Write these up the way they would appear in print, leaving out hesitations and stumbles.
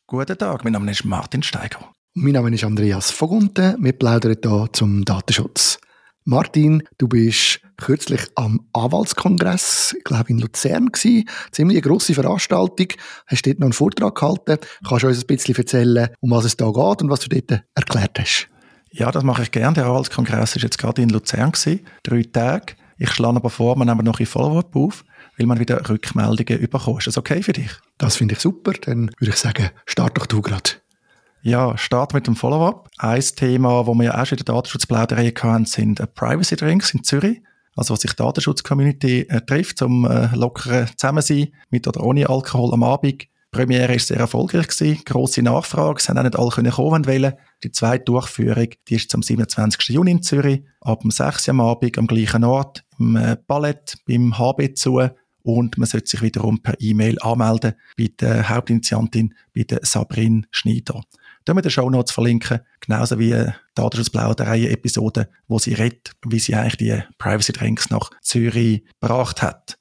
Guten Tag, mein Name ist Martin Steiger. Mein Name ist Andreas Vogunten. Wir plaudern hier zum Datenschutz. Martin, du bist kürzlich am Anwaltskongress, ich glaube in Luzern gewesen. Ziemlich eine grosse Veranstaltung. Hast dort noch einen Vortrag gehalten. Kannst du uns ein bisschen erzählen, um was es da geht und was du dort erklärt hast? Ja, das mache ich gerne. Der Anwaltskongress war jetzt gerade in Luzern gewesen, 3 Tage. Ich schlage aber vor, wir nehmen noch ein Follow-up auf, weil man wieder Rückmeldungen bekommt. Ist das okay für dich? Das finde ich super. Dann würde ich sagen, start doch du gerade. Ja, start mit dem Follow-up. Ein Thema, wo wir ja auch schon in der Datenschutzplauderei hatten, sind Privacy Drinks in Zürich. Also, wo sich die Datenschutz-Community trifft, um lockeren Zusammensein mit oder ohne Alkohol am Abend. Die Premiere war sehr erfolgreich gewesen. Grosse Nachfrage. Es haben auch nicht alle kommen wollen. Die zweite Durchführung, die ist am 27. Juni in Zürich. Ab dem 6. am Abend am gleichen Ort, im Ballett, beim HB zu. Und man sollte sich wiederum per E-Mail anmelden bei der Hauptinitiantin, bei der Sabrine Schneider. Da wir den Shownotes verlinken, genauso wie die Datenschutzplauderei-Episode, wo sie redet, wie sie eigentlich die Privacy Drinks nach Zürich gebracht hat.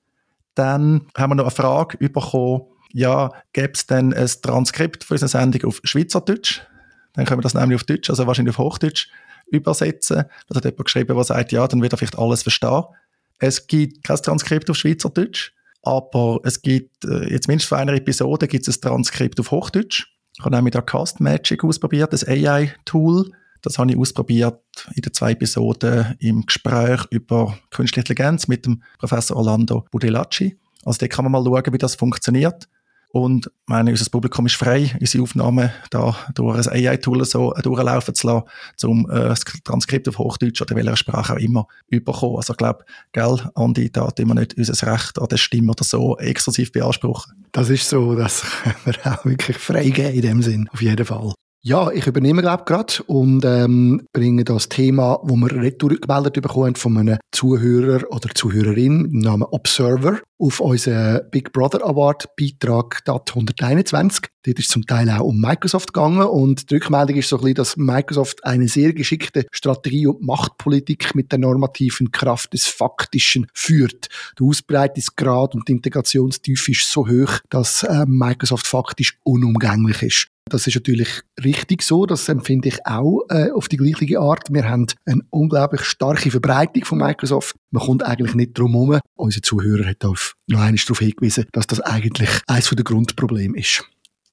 Dann haben wir noch eine Frage bekommen, ja, gäbe es denn ein Transkript von unserer Sendung auf Schweizerdeutsch? Dann können wir das nämlich auf Deutsch, also wahrscheinlich auf Hochdeutsch, übersetzen. Da hat jemand geschrieben, der sagt, ja, dann wird er vielleicht alles verstehen. Es gibt kein Transkript auf Schweizerdeutsch, aber es gibt, jetzt mindestens für eine Episode, gibt es ein Transkript auf Hochdeutsch. Ich habe auch mit der Cast Magic ausprobiert, das AI-Tool. Das habe ich ausprobiert in den 2 Episoden im Gespräch über Künstliche Intelligenz mit dem Professor Orlando Budilacci. Also da kann man mal schauen, wie das funktioniert. Und ich meine, unser Publikum ist frei, unsere Aufnahmen da durch ein AI-Tool so durchlaufen zu lassen, um das Transkript auf Hochdeutsch oder welcher Sprache auch immer überkommen. Also ich glaube, gell, Andi, da tun wir nicht unser Recht an der Stimme oder so exklusiv beanspruchen. Das ist so, das können wir auch wirklich freigeben in dem Sinn, auf jeden Fall. Ja, ich übernehme, glaube ich, gerade und bringe das Thema, wo wir retour gemeldet bekommen von einem Zuhörer oder Zuhörerin im Namen Observer auf unseren Big Brother Award Beitrag DAT 121. Dort ist zum Teil auch um Microsoft gegangen und die Rückmeldung ist so ein bisschen, dass Microsoft eine sehr geschickte Strategie und Machtpolitik mit der normativen Kraft des Faktischen führt. Der Ausbreitungsgrad und die Integrationstiefe ist so hoch, dass Microsoft faktisch unumgänglich ist. Das ist natürlich richtig so, das empfinde ich auch auf die gleiche Art. Wir haben eine unglaublich starke Verbreitung von Microsoft. Man kommt eigentlich nicht drum herum. Unser Zuhörer hat noch einmal darauf hingewiesen, dass das eigentlich eines der Grundprobleme ist.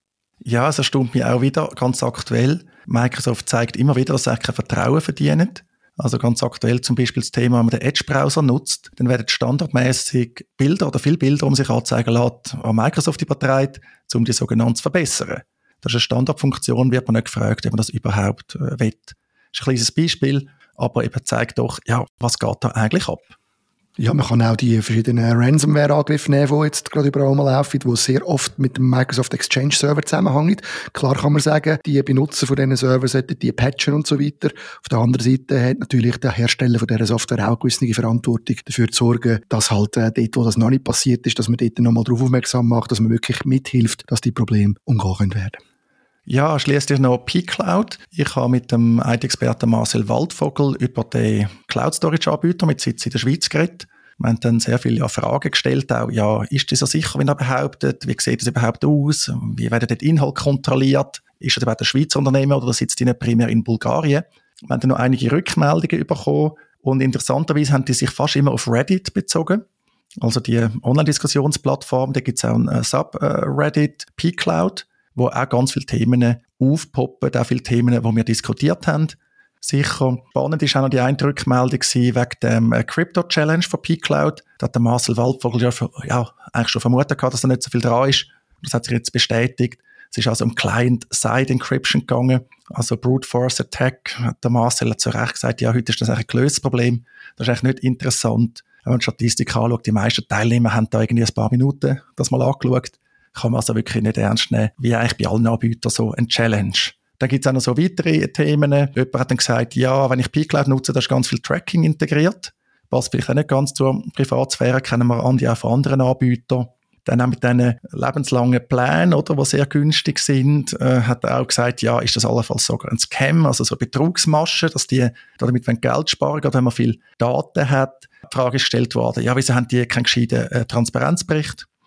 Ja, es erstaunt mich auch wieder, ganz aktuell. Microsoft zeigt immer wieder, dass sie kein Vertrauen verdienen. Also ganz aktuell zum Beispiel das Thema, wenn man den Edge-Browser nutzt, dann werden standardmäßig Bilder oder viele Bilder, um sich anzeigen lässt, an Microsoft übertragen, um die sogenannte zu verbessern. Das ist eine Standardfunktion, wird man nicht gefragt, ob man das überhaupt will. Das ist ein kleines Beispiel, aber eben zeigt doch, ja, was geht da eigentlich ab? Ja, man kann auch die verschiedenen Ransomware-Angriffe nehmen, die jetzt gerade überall mal laufen, die sehr oft mit dem Microsoft Exchange Server zusammenhängen. Klar kann man sagen, die Benutzer von diesen Servern sollten die patchen und so weiter. Auf der anderen Seite hat natürlich der Hersteller von dieser Software auch eine gewisse Verantwortung dafür zu sorgen, dass halt dort, wo das noch nicht passiert ist, dass man dort nochmal darauf aufmerksam macht, dass man wirklich mithilft, dass die Probleme umgehen werden. Ja, schliesslich noch P-Cloud. Ich habe mit dem IT-Experten Marcel Waldvogel über den Cloud-Storage-Anbieter mit Sitz in der Schweiz geredet. Wir haben dann sehr viele Fragen gestellt, auch, ja, ist das so sicher, wie er behauptet? Wie sieht das überhaupt aus? Wie werden dort Inhalt kontrolliert? Ist das überhaupt ein Schweizer Unternehmer oder sitzt die nicht primär in Bulgarien? Wir haben dann noch einige Rückmeldungen bekommen und interessanterweise haben die sich fast immer auf Reddit bezogen. Also die Online-Diskussionsplattform, da gibt es auch ein Subreddit, P-Cloud, wo auch ganz viele Themen aufpoppen, auch viele Themen, die wir diskutiert haben. Sicher spannend war auch noch die eine Rückmeldung wegen dem Crypto-Challenge von P-Cloud. Da hat der Marcel Waldvogel eigentlich schon vermutet gehabt, dass da nicht so viel dran ist. Das hat sich jetzt bestätigt. Es ist also um Client-Side-Encryption gegangen, also Brute Force Attack. Der Marcel hat zu Recht gesagt, ja, heute ist das eigentlich ein gelöstes Problem. Das ist eigentlich nicht interessant. Wenn man die Statistik anschaut, die meisten Teilnehmer haben da irgendwie ein paar Minuten das mal angeschaut. Kann man also wirklich nicht ernst nehmen, wie eigentlich bei allen Anbietern so ein Challenge. Dann gibt es auch noch so weitere Themen. Jemand hat dann gesagt, ja, wenn ich P-Cloud nutze, da ist ganz viel Tracking integriert. Passt vielleicht auch nicht ganz zur Privatsphäre, kennen wir auch von anderen Anbietern. Dann auch mit diesen lebenslangen Plänen, oder, die sehr günstig sind, hat er auch gesagt, ja, ist das allenfalls sogar ein Scam, also so Betrugsmasche, dass die damit Geld sparen, gerade wenn man viel Daten hat. Die Frage ist gestellt worden, ja, wieso haben die keinen gescheiten Transparenzbericht?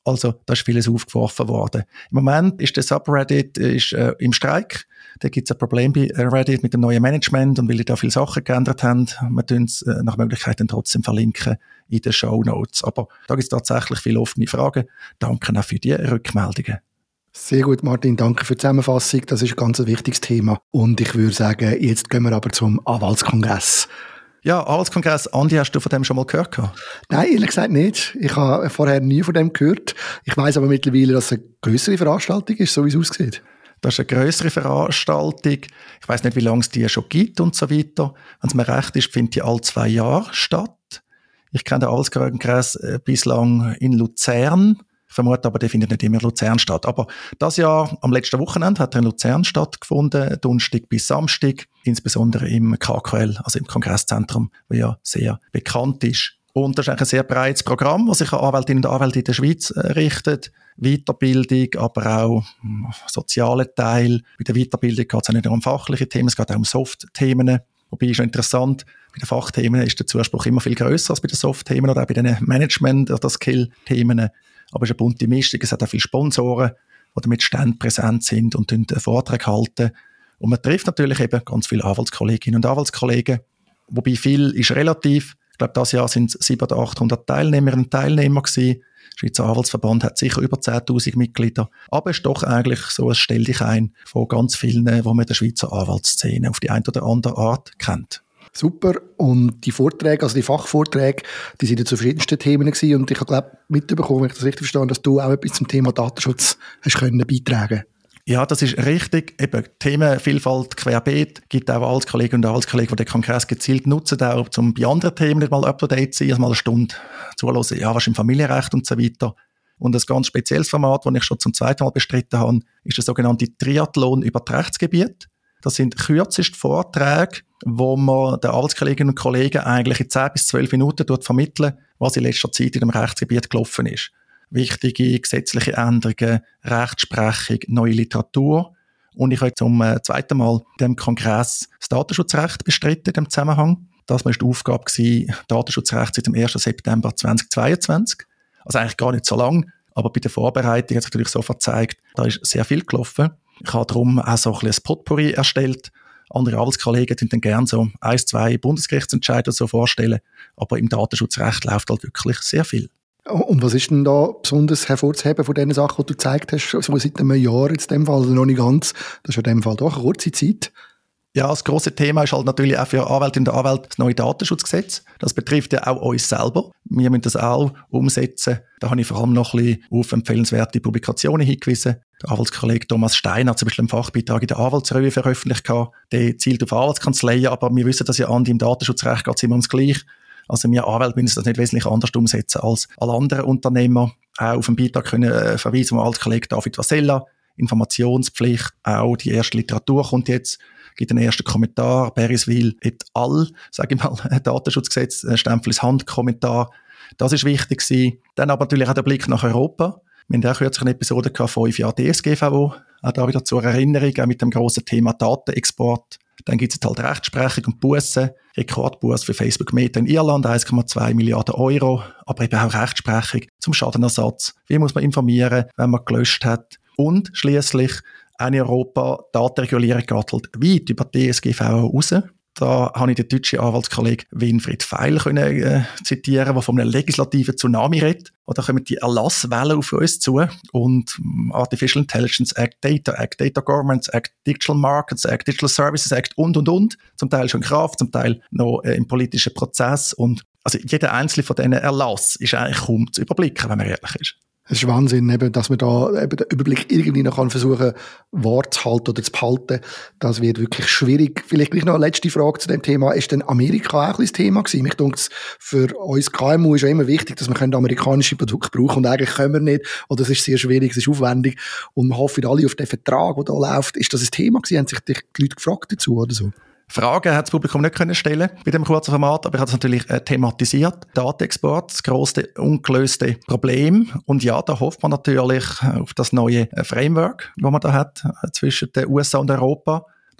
Also da ist vieles aufgeworfen worden. Im Moment ist der Subreddit im Streik. Da gibt es ein Problem bei Reddit mit dem neuen Management und weil die da viele Sachen geändert haben, wir tun es nach Möglichkeit dann trotzdem verlinken in den Shownotes. Aber da gibt es tatsächlich viele offene Fragen. Danke auch für die Rückmeldungen. Sehr gut, Martin, danke für die Zusammenfassung. Das ist ein ganz wichtiges Thema. Und ich würde sagen, jetzt gehen wir aber zum Anwaltskongress. Ja, Anwaltskongress. Andi, hast du von dem schon mal gehört? Nein, ehrlich gesagt nicht. Ich habe vorher nie von dem gehört. Ich weiss aber mittlerweile, dass es eine grössere Veranstaltung ist, so wie es aussieht. Das ist eine grössere Veranstaltung. Ich weiss nicht, wie lange es die schon gibt und so weiter. Wenn es mir recht ist, findet die alle 2 Jahre statt. Ich kenne den Anwaltskongress bislang in Luzern. Ich vermute aber, der findet nicht immer in Luzern statt. Aber das Jahr, am letzten Wochenende, hat er in Luzern stattgefunden, Donnerstag bis Samstag, insbesondere im KQL, also im Kongresszentrum, das ja sehr bekannt ist. Und das ist eigentlich ein sehr breites Programm, das sich an Anwältinnen und Anwälte in der Schweiz richtet. Weiterbildung, aber auch soziale Teil. Bei der Weiterbildung geht es auch nicht nur um fachliche Themen, es geht auch um Soft-Themen. Wobei ist schon interessant, bei den Fachthemen ist der Zuspruch immer viel grösser als bei den Soft-Themen oder auch bei den Management- oder Skill-Themen. Aber es ist eine bunte Mischung, es hat auch viele Sponsoren, die mit Ständen präsent sind und einen Vortrag halten. Und man trifft natürlich eben ganz viele Anwaltskolleginnen und Anwaltskollegen, wobei viel ist relativ. Ich glaube, dieses Jahr sind es 700 oder 800 Teilnehmerinnen und Teilnehmer gewesen. Der Schweizer Anwaltsverband hat sicher über 10'000 Mitglieder. Aber es ist doch eigentlich so ein Stell-dich-ein von ganz vielen, die man in der Schweizer Anwaltsszene auf die eine oder andere Art kennt. Super. Und die Vorträge, also die Fachvorträge, die sind ja zu verschiedensten Themen gewesen. Und ich habe, glaube mitbekommen, wenn ich das richtig verstehe, dass du auch etwas zum Thema Datenschutz hast können beitragen. Ja, das ist richtig. Eben, Themenvielfalt querbeet. Gibt auch Anwaltskollegen und Anwaltskollegen, die den Kongress gezielt nutzen, auch um bei anderen Themen nicht mal up-to-date zu sein, also mal eine Stunde zuhören, ja, was ist im Familienrecht und so weiter. Und ein ganz spezielles Format, das ich schon zum 2. Mal bestritten habe, ist der sogenannte Triathlon über das Rechtsgebiet. Das sind kürzeste Vorträge, wo man den Anwaltskolleginnen und Kollegen eigentlich in 10 bis 12 Minuten vermitteln, was in letzter Zeit in dem Rechtsgebiet gelaufen ist. Wichtige gesetzliche Änderungen, Rechtsprechung, neue Literatur. Und ich habe zum 2. Mal in diesem Kongress das Datenschutzrecht bestritten in diesem Zusammenhang. Das war die Aufgabe gewesen, Datenschutzrecht seit dem 1. September 2022. Also eigentlich gar nicht so lang, aber bei der Vorbereitung hat sich natürlich sofort gezeigt, da ist sehr viel gelaufen. Ich habe darum auch so ein Potpourri erstellt. Andere Anwaltskollegen sind dann gerne so 1, 2 Bundesgerichtsentscheide so vorstellen. Aber im Datenschutzrecht läuft halt wirklich sehr viel. Und was ist denn da besonders hervorzuheben von den Sachen, die du gezeigt hast, so seit einem Jahr jetzt in dem Fall, also noch nicht ganz, das ist in dem Fall doch eine kurze Zeit? Ja, das grosse Thema ist halt natürlich auch für Anwältinnen und Anwälte das neue Datenschutzgesetz. Das betrifft ja auch uns selber. Wir müssen das auch umsetzen. Da habe ich vor allem noch ein bisschen auf empfehlenswerte Publikationen hingewiesen. Der Anwaltskollege Thomas Stein hat zum Beispiel einen Fachbeitrag in der Anwaltsrevue veröffentlicht. Der zielt auf Anwaltskanzleien, aber wir wissen das ja, Andi, im Datenschutzrecht geht es immer ums Gleiche. Also wir Anwälte müssen das nicht wesentlich anders umsetzen als alle anderen Unternehmer. Auch auf einen Beitrag können verweisen, wo Altkollege David Vasella, Informationspflicht, auch die erste Literatur kommt jetzt, gibt einen ersten Kommentar, Beriswil et al., sage ich mal, Datenschutzgesetz, Stempel ins Handkommentar. Das ist wichtig gewesen. Dann aber natürlich auch der Blick nach Europa. Wir haben auch kürzlich eine Episode gehabt, 5 Jahre DSGVO, auch da wieder zur Erinnerung, auch mit dem grossen Thema Datenexport. Dann gibt es jetzt halt Rechtsprechung und Bussen. Rekordbusse für Facebook Meta in Irland, 1,2 Milliarden Euro. Aber eben auch Rechtsprechung zum Schadenersatz. Wie muss man informieren, wenn man gelöscht hat? Und schliesslich in Europa, Datenregulierung geht halt weit über die DSGVO raus. Da habe ich den deutschen Anwaltskollegen Winfried Feil zitieren, der von einem legislativen Tsunami redet. Da kommen die Erlasswellen auf uns zu. Und Artificial Intelligence Act, Data Governance Act, Digital Markets Act, Digital Services Act und. Zum Teil schon in Kraft, zum Teil noch im politischen Prozess. Und also jeder einzelne von diesen Erlass ist eigentlich kaum zu überblicken, wenn man ehrlich ist. Es ist Wahnsinn, eben, dass man da eben den Überblick irgendwie noch versuchen wahrzuhalten oder zu behalten. Das wird wirklich schwierig. Vielleicht gleich noch eine letzte Frage zu dem Thema. Ist denn Amerika auch ein Thema gewesen? Ich denke, für uns KMU ist ja immer wichtig, dass wir amerikanische Produkte brauchen und eigentlich können wir nicht. Oder es ist sehr schwierig, es ist aufwendig. Und wir hoffen alle auf den Vertrag, der da läuft. Ist das ein Thema gewesen? Haben sich die Leute gefragt dazu oder so? Fragen hat das Publikum nicht können stellen bei dem kurzen Format, aber ich habe es natürlich thematisiert. Datenexport, das grosse ungelöste Problem. Und ja, da hofft man natürlich auf das neue Framework, das man da hat zwischen den USA und Europa.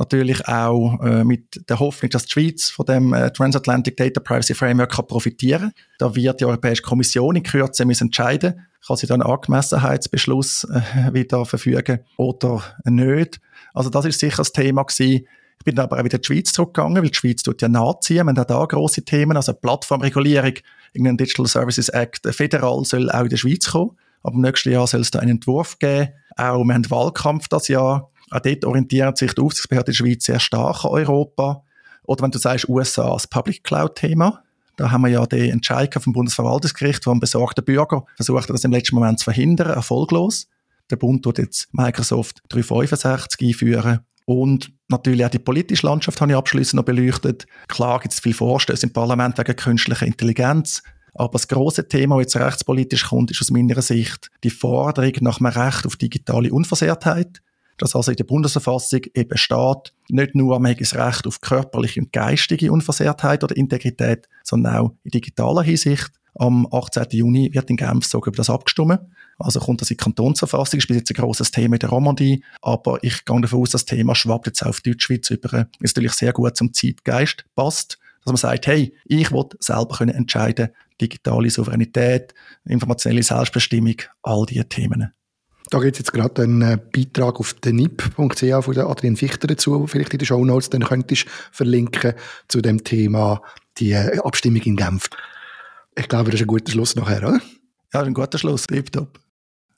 Natürlich auch mit der Hoffnung, dass die Schweiz von dem Transatlantic Data Privacy Framework kann profitieren. Da wird die Europäische Kommission in Kürze entscheiden, kann sie dann einen Angemessenheitsbeschluss wieder verfügen oder nicht. Also das ist sicher das Thema gewesen. Ich bin dann aber auch wieder in die Schweiz zurückgegangen, weil die Schweiz tut ja nachziehen. Wir haben auch da grosse Themen, also Plattformregulierung, irgendein Digital Services Act, federal soll auch in der Schweiz kommen. Aber im nächsten Jahr soll es da einen Entwurf geben. Auch wir haben Wahlkampf das Jahr. Auch dort orientiert sich die Aufsichtsbehörde in der Schweiz sehr stark an Europa. Oder wenn du sagst, USA, das Public Cloud-Thema. Da haben wir ja den Entscheid vom Bundesverwaltungsgericht, wo ein besorgter Bürger versucht hat, das im letzten Moment zu verhindern, erfolglos. Der Bund tut jetzt Microsoft 365 einführen. Und natürlich auch die politische Landschaft habe ich abschliessend noch beleuchtet. Klar gibt es viele Vorstöße im Parlament wegen künstlicher Intelligenz. Aber das grosse Thema, das jetzt rechtspolitisch kommt, ist aus meiner Sicht die Forderung nach einem Recht auf digitale Unversehrtheit. Dass also in der Bundesverfassung eben steht, nicht nur man hat das Recht auf körperliche und geistige Unversehrtheit oder Integrität, sondern auch in digitaler Hinsicht. Am 18. Juni wird in Genf sogar über das abgestimmt. Also kommt das in die Kantonsverfassung, ist bis jetzt ein grosses Thema in der Romandie, aber ich gehe davon aus, das Thema schwappt jetzt auf Deutschschweiz über, weil es natürlich sehr gut zum Zeitgeist passt, dass man sagt, hey, ich will selber können entscheiden, digitale Souveränität, informationelle Selbstbestimmung, all diese Themen. Da gibt es jetzt gerade einen Beitrag auf der nip.ch von der Adrian Fichter dazu, vielleicht in den Shownotes, dann könntest du verlinken zu dem Thema, die Abstimmung in Genf. Ich glaube, das ist ein guter Schluss nachher, oder? Ja, ein guter Schluss, tipptopp.